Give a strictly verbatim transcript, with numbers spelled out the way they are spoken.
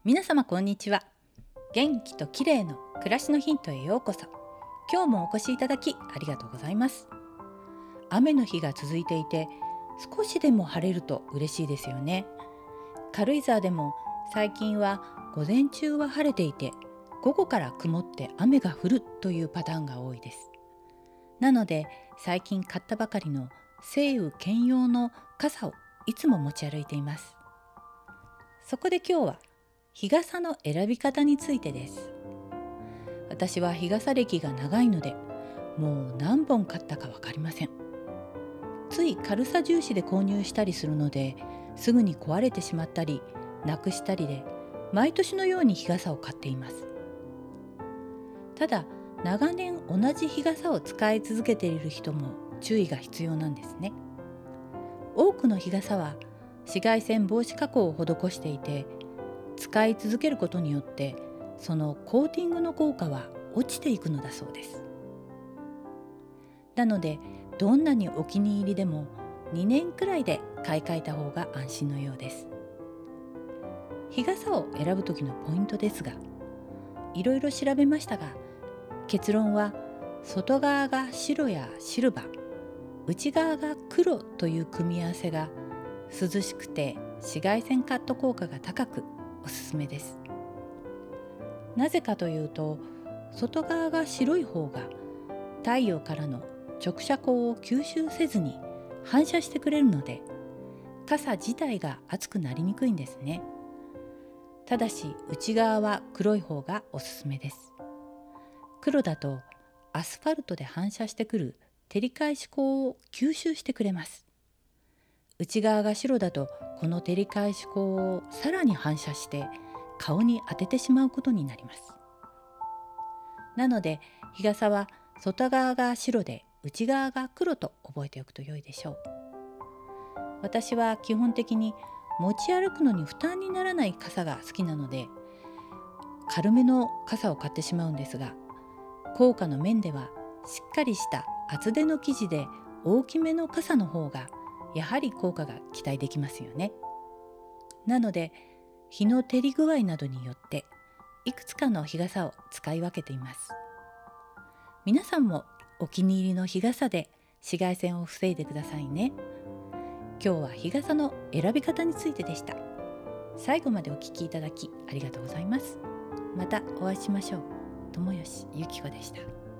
皆様こんにちは。元気と綺麗の暮らしのヒントへようこそ。今日もお越しいただきありがとうございます。雨の日が続いていて、少しでも晴れると嬉しいですよね。軽井沢でも最近は午前中は晴れていて、午後から曇って雨が降るというパターンが多いです。なので最近買ったばかりの晴雨兼用の傘をいつも持ち歩いています。そこで今日は日傘の選び方についてです。私は日傘歴が長いので、もう何本買ったか分かりません。つい軽さ重視で購入したりするので、すぐに壊れてしまったりなくしたりで、毎年のように日傘を買っています。ただ長年同じ日傘を使い続けている人も注意が必要なんですね。多くの日傘は紫外線防止加工を施していて、使い続けることによってそのコーティングの効果は落ちていくのだそうです。なのでどんなにお気に入りでもにねんくらいで買い替えた方が安心のようです。日傘を選ぶ時のポイントですが、いろいろ調べましたが、結論は外側が白やシルバー、内側が黒という組み合わせが涼しくて紫外線カット効果が高くおすすめです。なぜかというと、外側が白い方が太陽からの直射光を吸収せずに反射してくれるので、傘自体が熱くなりにくいんですね。ただし内側は黒い方がおすすめです。黒だとアスファルトで反射してくる照り返し光を吸収してくれます。内側が白だとこの照り返し光をさらに反射して顔に当ててしまうことになります。なので日傘は外側が白で内側が黒と覚えておくと良いでしょう。私は基本的に持ち歩くのに負担にならない傘が好きなので、軽めの傘を買ってしまうんですが、効果の面ではしっかりした厚手の生地で大きめの傘の方がやはり効果が期待できますよね。なので日の照り具合などによっていくつかの日傘を使い分けています。皆さんもお気に入りの日傘で紫外線を防いでくださいね。今日は日傘の選び方についてでした。最後までお聞きいただきありがとうございます。またお会いしましょう。友吉ゆき子でした。